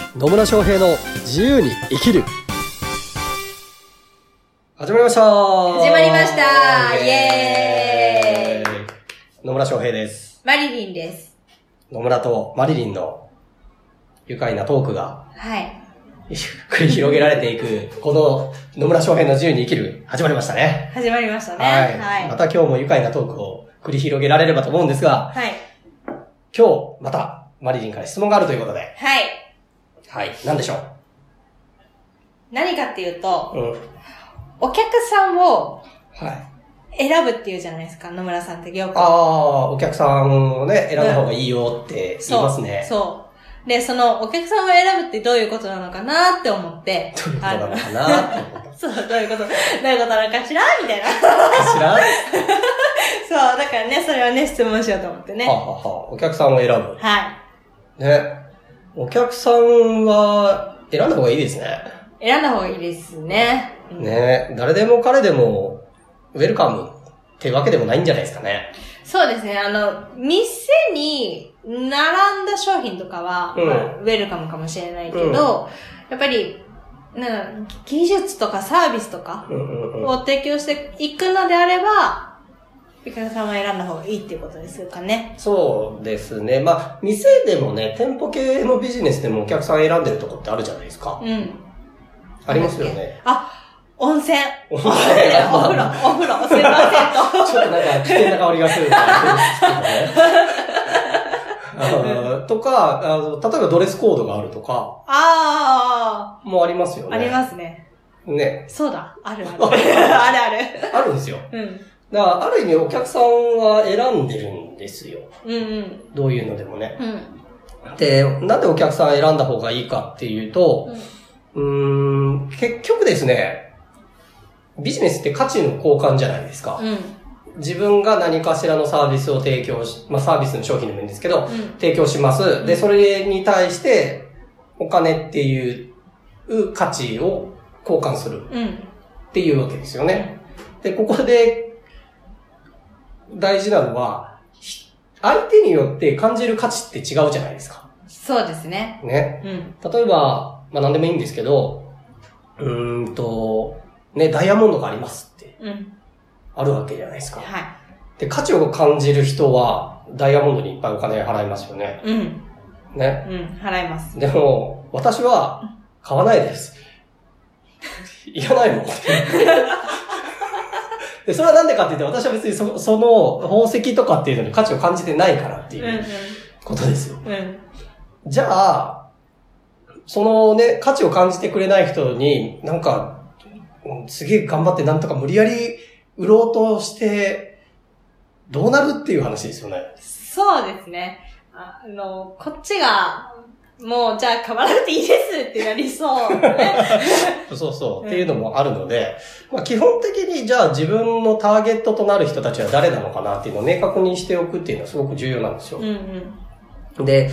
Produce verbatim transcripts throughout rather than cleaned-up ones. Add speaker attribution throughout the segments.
Speaker 1: 野村翔平の自由に生きる。始まりました
Speaker 2: 始まりましたイエーイ。
Speaker 1: 野村翔平です。
Speaker 2: マリリンです。
Speaker 1: 野村とマリリンの愉快なトークが
Speaker 2: はい
Speaker 1: 繰り広げられていくこの野村翔平の自由に生きる始まりましたね。
Speaker 2: 始まりましたね。
Speaker 1: はい、
Speaker 2: はい、
Speaker 1: また今日も愉快なトークを繰り広げられればと思うんですが、
Speaker 2: はい、
Speaker 1: 今日またマリリンから質問があるということで、
Speaker 2: はい
Speaker 1: はい、何でしょう。
Speaker 2: 何かっていうと、
Speaker 1: うん、
Speaker 2: お客さんを
Speaker 1: はい
Speaker 2: 選ぶっていうじゃないですか、野村さんってよく。
Speaker 1: ああ、お客さんをね、選んだ方がいいよって言いますね。
Speaker 2: うん、そう。そうで、そのお客さんを選ぶってどういうことなのかなって思って。
Speaker 1: どういうことなのかなって思った。
Speaker 2: そう、どういうこと、どういうことなのかしらみたいな。
Speaker 1: かしら
Speaker 2: そう、だからね、それはね、質問しようと思ってね。
Speaker 1: はははお客さんを選ぶ。
Speaker 2: はい。
Speaker 1: ね。お客さんは選んだ方がいいですね。
Speaker 2: 選んだ方がいいですね。
Speaker 1: うん、ね。誰でも彼でもウェルカムってわけでもないんじゃないですかね。
Speaker 2: そうですね。あの、店に並んだ商品とかは、
Speaker 1: うん
Speaker 2: まあ、ウェルカムかもしれないけど、うん、やっぱり、なんか技術とかサービスとかを提供していくのであれば、お客さんは選んだ方がいいっていうことですかね。
Speaker 1: そうですね。まあ、店でもね、店舗系のビジネスでもお客さん選んでるとこってあるじゃないですか。
Speaker 2: うん。
Speaker 1: ありますよね。
Speaker 2: あ、温泉。
Speaker 1: 温泉。
Speaker 2: お風呂、お風呂、すいませんと。
Speaker 1: ちょっとなんか危険な香りがするんですけどね。あとかあの、例えばドレスコードがあるとか。
Speaker 2: ああ。
Speaker 1: もうありますよね。
Speaker 2: ありますね。
Speaker 1: ね。
Speaker 2: そうだ。あるある。あるある。
Speaker 1: あるんですよ。
Speaker 2: うん。
Speaker 1: だから、ある意味お客さんは選んでるんですよ。
Speaker 2: うんうん。
Speaker 1: どういうのでもね。
Speaker 2: うん。
Speaker 1: で、なんでお客さん選んだ方がいいかっていうと、うん、うーん結局ですね、ビジネスって価値の交換じゃないですか。
Speaker 2: うん。
Speaker 1: 自分が何かしらのサービスを提供し、まあサービスの商品でもいいんですけど、うん、提供します。で、それに対してお金っていう価値を交換するっていうわけですよね。で、ここで大事なのは、相手によって感じる価値って違うじゃないですか。
Speaker 2: そうですね。
Speaker 1: ね。
Speaker 2: うん、
Speaker 1: 例えば、まあ何でもいいんですけど、うーんと、ね、ダイヤモンドがありますって。
Speaker 2: うん
Speaker 1: あるわけじゃないですか。
Speaker 2: はい。
Speaker 1: で、価値を感じる人は、ダイヤモンドにいっぱいお金払いますよね。
Speaker 2: うん。
Speaker 1: ね。
Speaker 2: うん、払います。
Speaker 1: でも、私は、買わないです。いらないもん。で、それはなんでかって言って、私は別にそその宝石とかっていうのに価値を感じてないからっていうことですよ。
Speaker 2: うんうん、
Speaker 1: じゃあ、そのね、価値を感じてくれない人に、なんか、すげえ頑張ってなんとか無理やり、売ろうとして、どうなるっていう話ですよね。
Speaker 2: そうですね。あの、こっちが、もう、じゃあ買わなくていいですってなりそう、ね。
Speaker 1: そうそう、っていうのもあるので、まあ基本的にじゃあ自分のターゲットとなる人たちは誰なのかなっていうのを明確にしておくっていうのはすごく重要なんですよ。
Speaker 2: うんうん、
Speaker 1: で、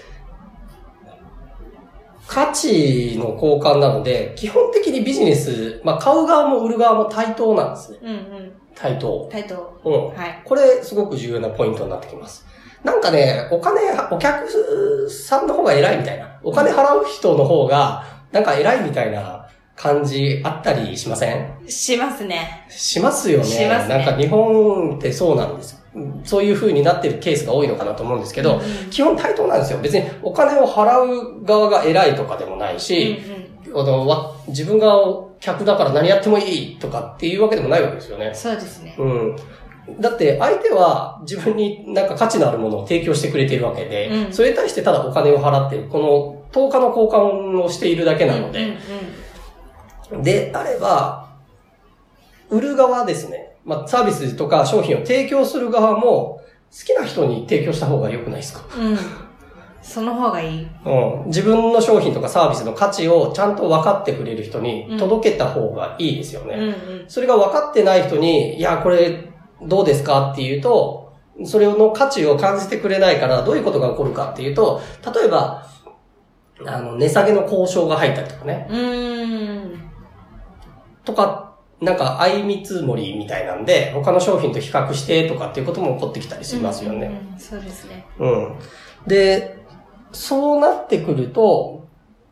Speaker 1: 価値の交換なので、基本的にビジネス、まあ買う側も売る側も対等なんですね。
Speaker 2: うんうん。
Speaker 1: 対等。
Speaker 2: 対等。
Speaker 1: うん。はい。これすごく重要なポイントになってきます。なんかね、お金、お客さんの方が偉いみたいな。お金払う人の方が、なんか偉いみたいな感じあったりしません？
Speaker 2: しますね。
Speaker 1: しますよね。
Speaker 2: しますね。
Speaker 1: なんか日本ってそうなんです。そういう風になってるケースが多いのかなと思うんですけど、うんうん、基本対等なんですよ。別にお金を払う側が偉いとかでもないし、うんうん、あの自分が客だから何やってもいいとかっていうわけでもないわけですよね。
Speaker 2: そうですね。
Speaker 1: うん。だって相手は自分になんか価値のあるものを提供してくれているわけで、うん、それに対してただお金を払っている、この等価の交換をしているだけなので、うんうんうん、であれば、売る側ですね。まあ、サービスとか商品を提供する側も、好きな人に提供した方が良くないですか？
Speaker 2: うん。その方がいい。
Speaker 1: うん。自分の商品とかサービスの価値をちゃんと分かってくれる人に届けた方がいいですよね。うんうん、それが分かってない人に、いや、これどうですかっていうと、それの価値を感じてくれないからどういうことが起こるかっていうと、例えば、あの、値下げの交渉が入ったりとかね。
Speaker 2: うーん。
Speaker 1: とか、なんか相見積もりみたいなんで、他の商品と比較してとかっていうことも起こってきたりしますよね。
Speaker 2: うんうんうん、そうですね。
Speaker 1: うん。で、そうなってくると、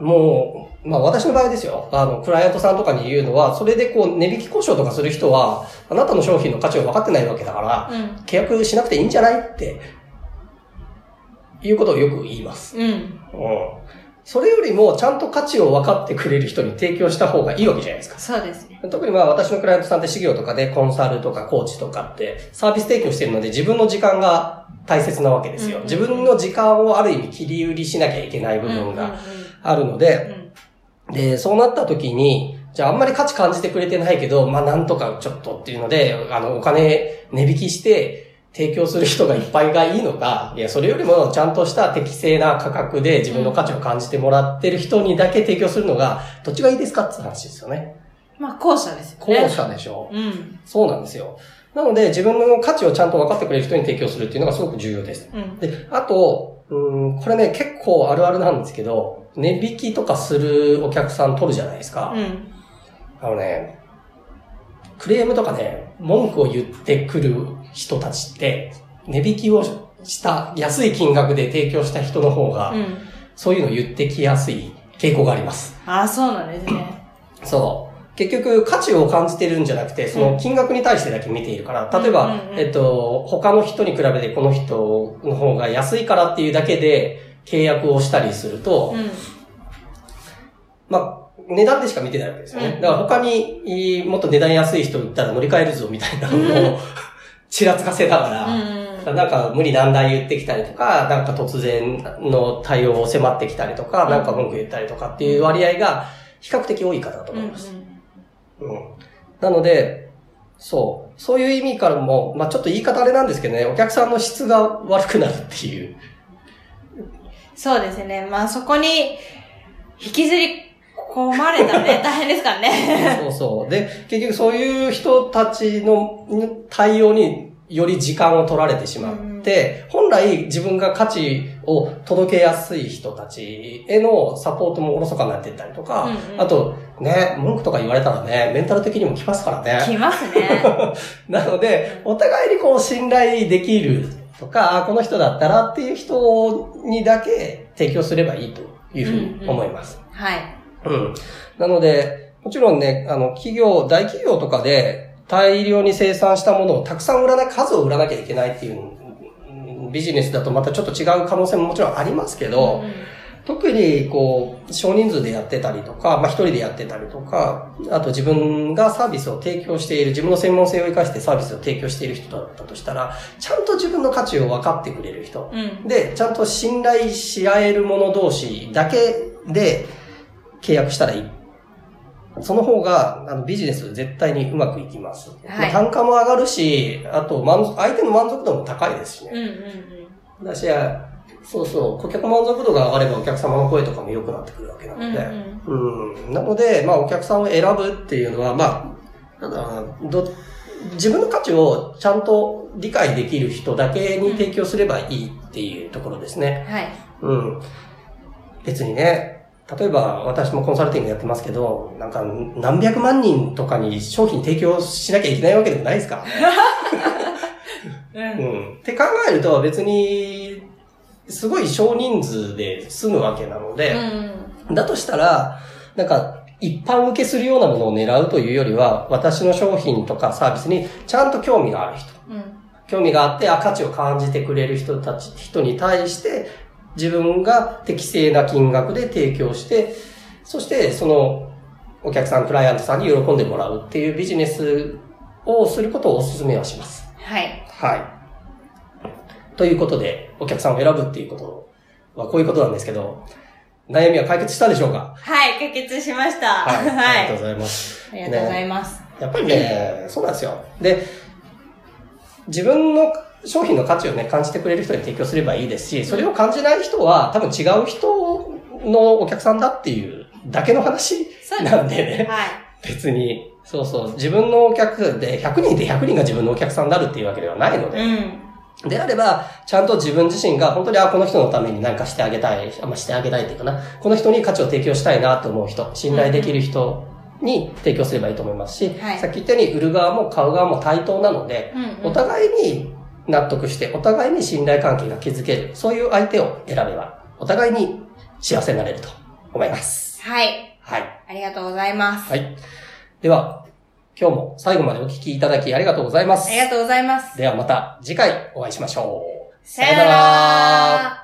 Speaker 1: もう、まあ私の場合ですよ。あの、クライアントさんとかに言うのは、それでこう、値引き交渉とかする人は、あなたの商品の価値を分かってないわけだから、うん、契約しなくていいんじゃないって、いうことをよく言います。うん。うん。それよりも、ちゃんと価値を分かってくれる人に提供した方がいいわけじゃないですか。
Speaker 2: そうですね。
Speaker 1: 特にまあ私のクライアントさんって事業とかでコンサルとかコーチとかってサービス提供してるので自分の時間が大切なわけですよ。うんうんうん、自分の時間をある意味切り売りしなきゃいけない部分があるので、うんうんうん、で、そうなった時に、じゃああんまり価値感じてくれてないけど、まあなんとかちょっとっていうので、あのお金値引きして提供する人がいっぱいがいいのか、いやそれよりもちゃんとした適正な価格で自分の価値を感じてもらってる人にだけ提供するのがどっちがいいですかって話ですよね。
Speaker 2: まあ後者ですよね。
Speaker 1: 後者でしょう。
Speaker 2: うん。
Speaker 1: そうなんですよ。なので自分の価値をちゃんと分かってくれる人に提供するっていうのがすごく重要です。うん、で、あと、うん、これね結構あるあるなんですけど、値引きとかするお客さん取るじゃないですか。うん、あのね、クレームとかね、文句を言ってくる人たちって、値引きをした安い金額で提供した人の方が、うん、そういうのを言ってきやすい傾向があります。
Speaker 2: ああ、そうなんですね。
Speaker 1: そう。結局価値を感じてるんじゃなくて、その金額に対してだけ見ているから、例えば、うんうんうん、えっと、他の人に比べてこの人の方が安いからっていうだけで契約をしたりすると、うん、まあ、値段でしか見てないわけですよね。だから他にもっと値段安い人いったら乗り換えるぞみたいなのをちらつかせながら、うんうん、なんか無理難題言ってきたりとか、なんか突然の対応を迫ってきたりとか、なんか文句言ったりとかっていう割合が比較的多いかなと思います。うんうんうん、なので、そう。そういう意味からも、まあちょっと言い方あれなんですけどね、お客さんの質が悪くなるっていう。
Speaker 2: そうですね。まあそこに引きずり込まれたらね、大変ですからね。
Speaker 1: そうそう。で、結局そういう人たちの対応により時間を取られてしまって、うん、本来自分が価値を届けやすい人たちへのサポートもおろそかになっていったりとか、うんうん、あとね、文句とか言われたらね、メンタル的にも来ますからね。
Speaker 2: 来ますね。
Speaker 1: なので、お互いにこう信頼できるとか、この人だったらっていう人にだけ提供すればいいというふうに思います。
Speaker 2: うんうん、はい。
Speaker 1: うん。なので、もちろんね、あの、企業、大企業とかで、大量に生産したものをたくさん売らない、数を売らなきゃいけないっていうビジネスだとまたちょっと違う可能性ももちろんありますけど、うん、特にこう、少人数でやってたりとか、まあ一人でやってたりとか、あと自分がサービスを提供している、自分の専門性を生かしてサービスを提供している人だったとしたら、ちゃんと自分の価値を分かってくれる人、うん、で、ちゃんと信頼し合える者同士だけで契約したらいい。その方が、あの、ビジネス絶対にうまくいきます。はい、まあ、単価も上がるし、あと、満足、相手の満足度も高いですしね。うんうんうん。だし、そうそう、顧客満足度が上がればお客様の声とかも良くなってくるわけなので。うん、うん、なので、まあ、お客さんを選ぶっていうのは、まあ、なんだど、自分の価値をちゃんと理解できる人だけに提供すればいいっていうところですね。
Speaker 2: はい。
Speaker 1: うん。別にね、例えば私もコンサルティングやってますけど、なんか何百万人とかに商品提供しなきゃいけないわけでもないですからね。うん。うん。って考えると別にすごい少人数で済むわけなので、うん、だとしたら、なんか一般受けするようなものを狙うというよりは、私の商品とかサービスにちゃんと興味がある人、うん、興味があって価値を感じてくれる人たち、人に対して、自分が適正な金額で提供して、そしてそのお客さん、クライアントさんに喜んでもらうっていうビジネスをすることをお勧めはします。
Speaker 2: はい。
Speaker 1: はい。ということで、お客さんを選ぶっていうことはこういうことなんですけど、悩みは解決したでしょうか？
Speaker 2: はい、解決しました。
Speaker 1: はい。はい、ありがとうございます。
Speaker 2: ありがとうございます。
Speaker 1: ね、やっぱりね、そうなんですよ。で、自分の商品の価値をね、感じてくれる人に提供すればいいですし、それを感じない人は多分違う人のお客さんだっていうだけの話なんでね。
Speaker 2: はい。
Speaker 1: 別に、そうそう、自分のお客でひゃくにんでひゃくにんが自分のお客さんになるっていうわけではないので。うん。であれば、ちゃんと自分自身が本当に、あ、この人のために何かしてあげたい、まあ、してあげたいっていうかな。この人に価値を提供したいなと思う人、信頼できる人に提供すればいいと思いますし、はい、さっき言ったように売る側も買う側も対等なので、うんうん、お互いに納得して、お互いに信頼関係が築ける、そういう相手を選べば、お互いに幸せになれると思います。
Speaker 2: はい。
Speaker 1: はい。
Speaker 2: ありがとうございます。
Speaker 1: はい。では、今日も最後までお聞きいただきありがとうございます。
Speaker 2: ありがとうございます。
Speaker 1: ではまた次回お会いしましょう。
Speaker 2: さよなら。